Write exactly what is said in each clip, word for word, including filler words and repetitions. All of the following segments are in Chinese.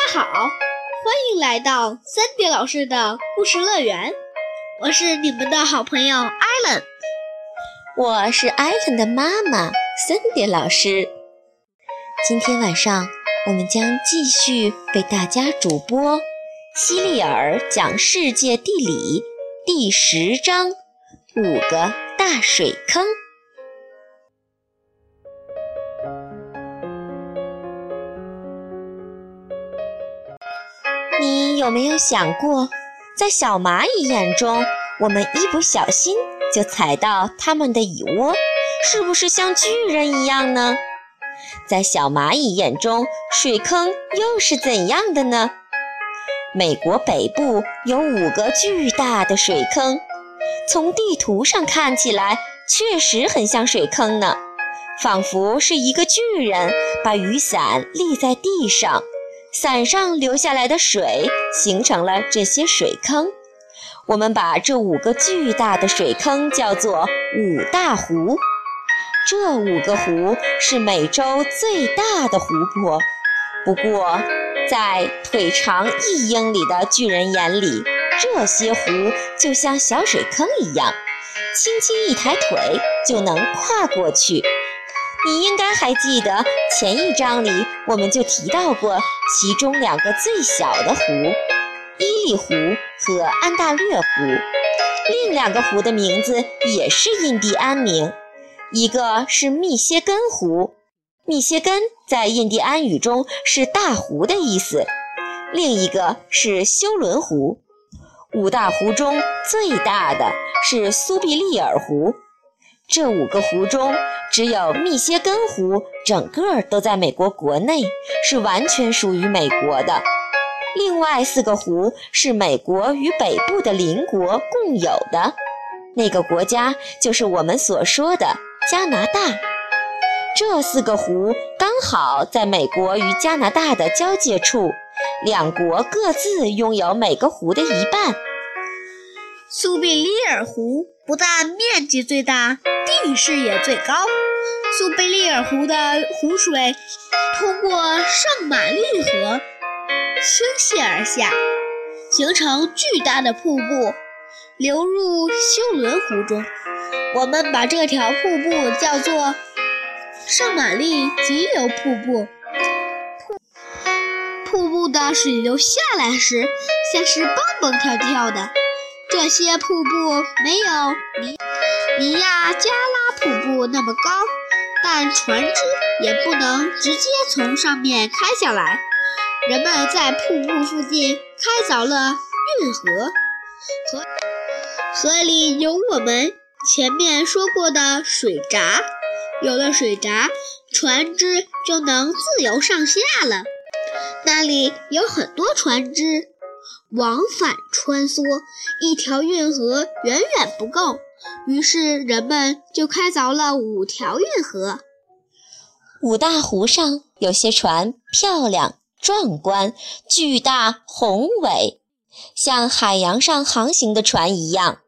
好，欢迎来到三蝶老师的故事乐园，我是你们的好朋友艾伦。 我是艾伦的妈妈森蝶老师。今天晚上我们将继续为大家主播希利尔讲世界地理第十章五个大水坑。你有没有想过，在小蚂蚁眼中，我们一不小心就踩到它们的蚁窝，是不是像巨人一样呢？在小蚂蚁眼中，水坑又是怎样的呢？美国北部有五个巨大的水坑，从地图上看起来确实很像水坑呢，仿佛是一个巨人把雨伞立在地上，伞上流下来的水形成了这些水坑。我们把这五个巨大的水坑叫做五大湖。这五个湖是美洲最大的湖泊，不过在腿长一英里的巨人眼里，这些湖就像小水坑一样，轻轻一抬腿就能跨过去。你应该还记得前一章里我们就提到过其中两个最小的湖，伊利湖和安大略湖。另两个湖的名字也是印第安名，一个是密歇根湖，密歇根在印第安语中是大湖的意思，另一个是休伦湖。五大湖中最大的是苏必利尔湖。这五个湖中，只有密歇根湖整个都在美国国内，是完全属于美国的。另外四个湖是美国与北部的邻国共有的，那个国家就是我们所说的加拿大。这四个湖刚好在美国与加拿大的交界处，两国各自拥有每个湖的一半。 苏必利尔湖不但面积最大，地势也最高。苏必利尔湖的湖水通过圣玛丽河倾泻而下，形成巨大的瀑布，流入休伦湖中。我们把这条瀑布叫做圣玛丽急流瀑布。瀑布的水流下来时，像是蹦蹦跳跳的。这些瀑布没有尼尼亚加拉瀑布那么高，但船只也不能直接从上面开下来。人们在瀑布附近开凿了运河，河河里有我们前面说过的水闸，有了水闸，船只就能自由上下了。那里有很多船只往返穿梭，一条运河远远不够，于是人们就开凿了五条运河。 五大湖上有些船漂亮、壮观、巨大、宏伟，像海洋上航行的船一样。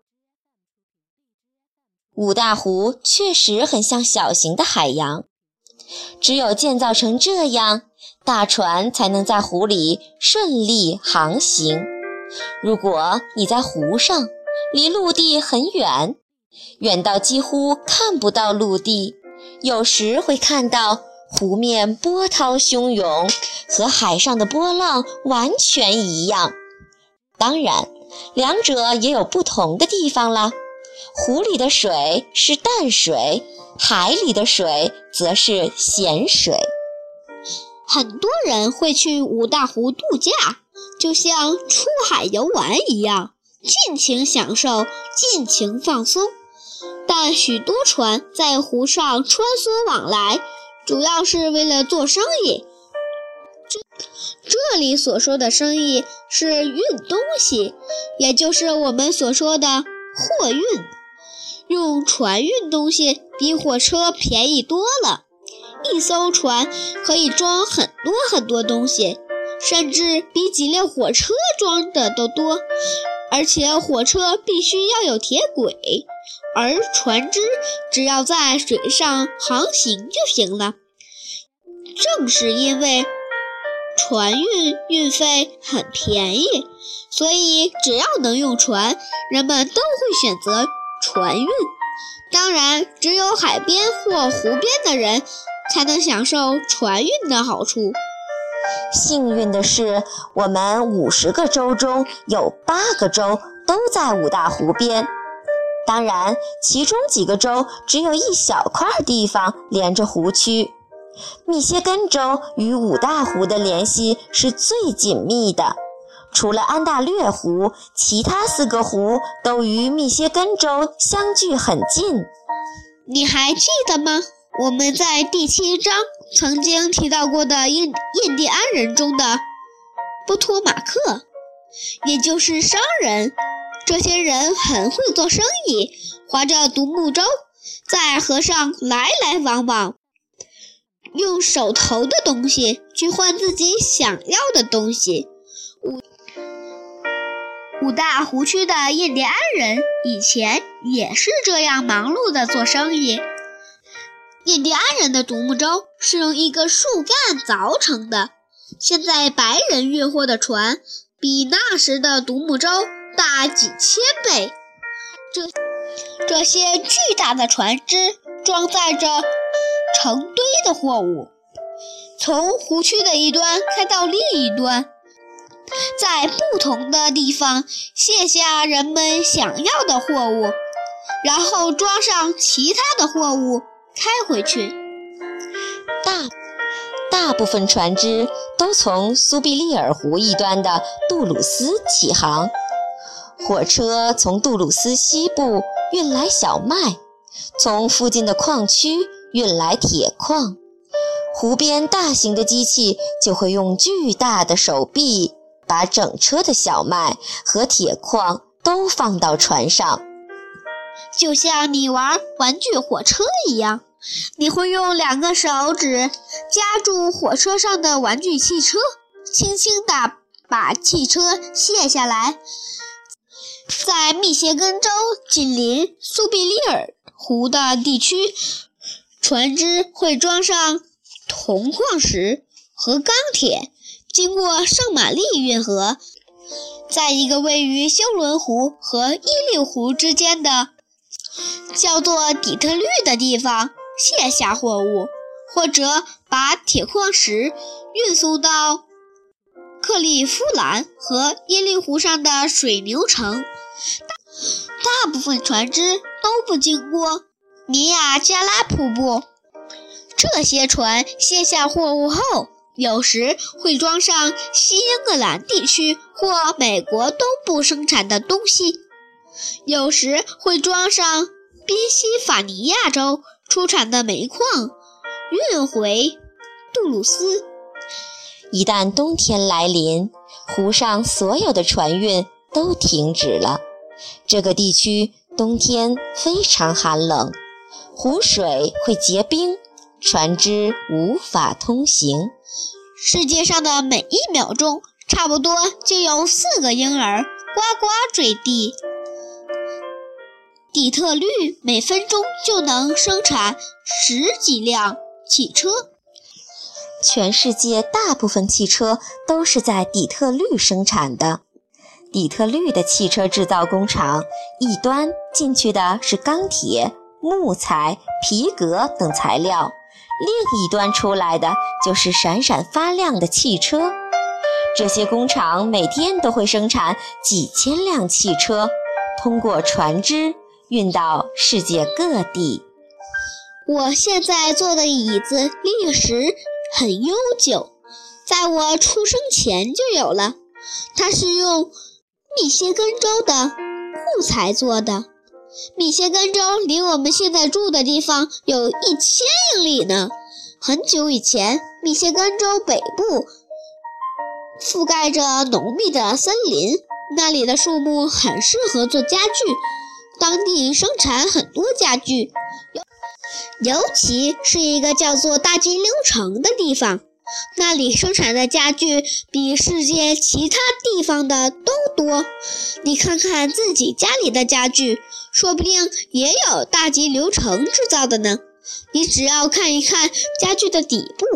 五大湖确实很像小型的海洋，只有建造成这样，大船才能在湖里顺利航行。如果你在湖上，离陆地很远，远到几乎看不到陆地，有时会看到湖面波涛汹涌，和海上的波浪完全一样。当然，两者也有不同的地方啦。湖里的水是淡水，海里的水则是咸水。 很多人会去五大湖度假，就像出海游玩一样，尽情享受，尽情放松。但许多船在湖上穿梭往来，主要是为了做生意。这这里所说的生意是运东西，也就是我们所说的货运。用船运东西比火车便宜多了，一艘船可以装很多很多东西，甚至比几辆火车装的都多。而且火车必须要有铁轨，而船只只要在水上航行就行了。正是因为船运运费很便宜，所以只要能用船，人们都会选择船运。当然，只有海边或湖边的人才能享受船运的好处。 幸运的是，我们五十个州中有八个州都在五大湖边。当然，其中几个州只有一小块地方连着湖区。密歇根州与五大湖的联系是最紧密的，除了安大略湖，其他四个湖都与密歇根州相距很近。 你还记得吗？我们在第七章曾经提到过的印印第安人中的波托马克，也就是商人。这些人很会做生意，划着独木舟，在河上来来往往，用手头的东西去换自己想要的东西。五五大湖区的印第安人以前也是这样忙碌地做生意。印第安人的独木舟是用一个树干凿成的，现在白人运货的船比那时的独木舟大几千倍。这这些巨大的船只装载着成堆的货物，从湖区的一端开到另一端，在不同的地方卸下人们想要的货物，然后装上其他的货物开回去。 大大部分船只都从苏必利尔湖一端的杜鲁斯起航，火车从杜鲁斯西部运来小麦，从附近的矿区运来铁矿。湖边大型的机器就会用巨大的手臂把整车的小麦和铁矿都放到船上， 就像你玩玩具火车一样。你会用两个手指夹住火车上的玩具汽车，轻轻地把汽车卸下来。在密歇根州紧邻苏必利尔湖的地区，船只会装上铜矿石和钢铁，经过圣玛丽运河，在一个位于休伦湖和伊利湖之间的叫做底特律的地方卸下货物，或者把铁矿石运送到克利夫兰和伊利湖上的水牛城。大, 大部分船只都不经过尼亚加拉瀑布。这些船卸下货物后，有时会装上西英格兰地区或美国东部生产的东西，有时会装上宾夕法尼亚州出产的煤矿，运回杜鲁斯。 一旦冬天来临，湖上所有的船运都停止了。这个地区冬天非常寒冷，湖水会结冰，船只无法通行。 世界上的每一秒钟，差不多就有四个婴儿呱呱坠地。底特律每分钟就能生产十几辆汽车。 全世界大部分汽车都是在底特律生产的。底特律的汽车制造工厂一端进去的是钢铁、木材、皮革等材料，另一端出来的就是闪闪发亮的汽车。这些工厂每天都会生产几千辆汽车，通过船只运到世界各地。 我现在坐的椅子历史很悠久，在我出生前就有了。它是用密歇根州的木材做的。密歇根州离我们现在住的地方有一千英里呢。很久以前，密歇根州北部覆盖着浓密的森林，那里的树木很适合做家具，当地生产很多家具，尤其是一个叫做大激流城的地方，那里生产的家具比世界其他地方的都多。你看看自己家里的家具，说不定也有大激流城制造的呢。你只要看一看家具的底部，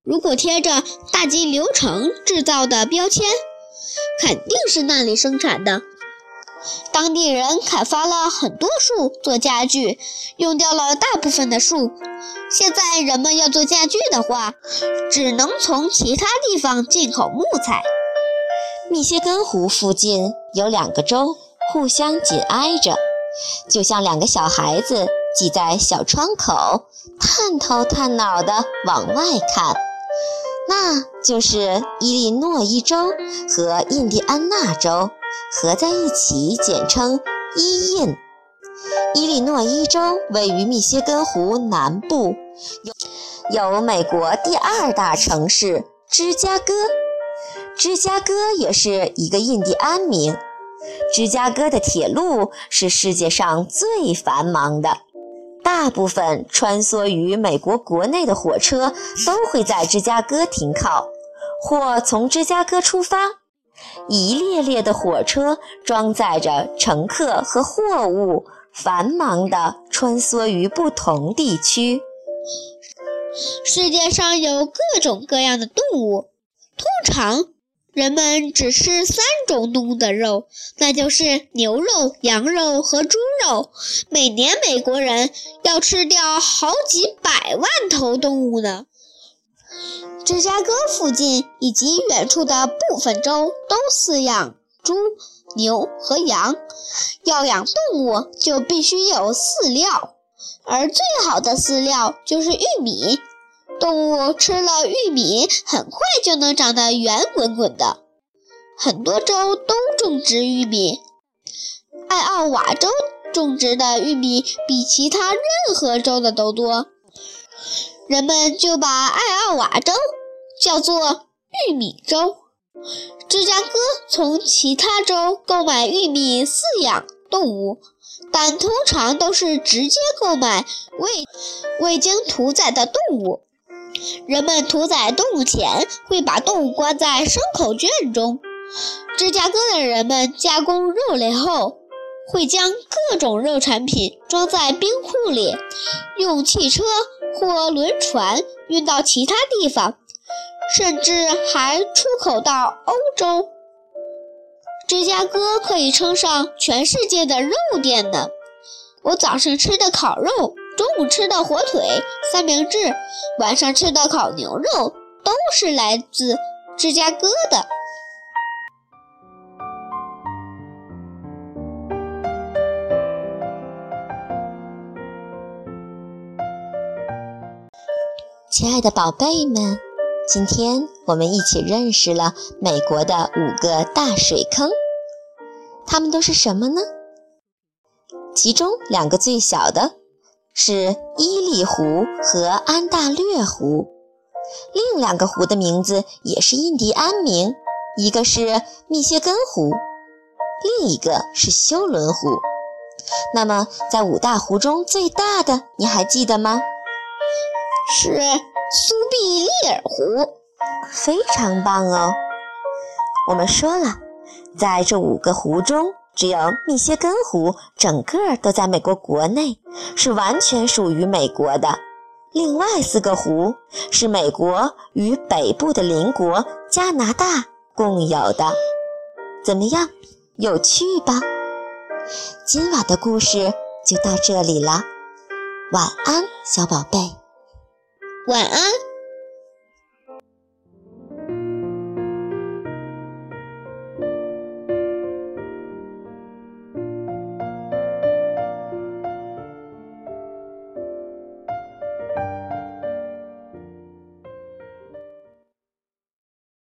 如果贴着大吉流程制造的标签，肯定是那里生产的。当地人砍伐了很多树做家具，用掉了大部分的树。现在人们要做家具的话，只能从其他地方进口木材。 密歇根湖附近有两个州互相紧挨着，就像两个小孩子挤在小窗口，探头探脑地往外看。那就是伊利诺伊州和印第安纳州合在一起，简称伊印。伊利诺伊州位于密歇根湖南部，有有美国第二大城市芝加哥。芝加哥也是一个印第安名。芝加哥的铁路是世界上最繁忙的，大部分穿梭于美国国内的火车都会在芝加哥停靠，或从芝加哥出发。一列列的火车装载着乘客和货物，繁忙地穿梭于不同地区。 世界上有各种各样的动物，通常人们只吃三种动物的肉，那就是牛肉、羊肉和猪肉。每年美国人要吃掉好几百万头动物呢。芝加哥附近以及远处的部分州都饲养猪、牛和羊。要养动物就必须有饲料，而最好的饲料就是玉米。动物吃了玉米，很快就能长得圆滚滚的。很多州都种植玉米，艾奥瓦州种植的玉米比其他任何州的都多，人们就把艾奥瓦州叫做玉米州。芝加哥从其他州购买玉米饲养动物，但通常都是直接购买未未经屠宰的动物。人们屠宰动物前会把动物关在牲口圈中。芝加哥的人们加工肉类后，会将各种肉产品装在冰库里，用汽车或轮船运到其他地方，甚至还出口到欧洲。芝加哥可以称上全世界的肉店呢。我早上吃的烤肉，中午吃的火腿、三明治，晚上吃的烤牛肉，都是来自芝加哥的。 亲爱的宝贝们，今天我们一起认识了美国的五个大水坑，它们都是什么呢？其中两个最小的是伊利湖和安大略湖，另两个湖的名字也是印第安名，一个是密歇根湖，另一个是休伦湖。那么在五大湖中最大的你还记得吗？ 是苏必利尔湖。 非常棒哦。我们说了，在这五个湖中，只有密歇根湖整个都在美国国内，是完全属于美国的。另外四个湖是美国与北部的邻国加拿大共有的。怎么样，有趣吧？今晚的故事就到这里了，晚安，小宝贝。 晚安。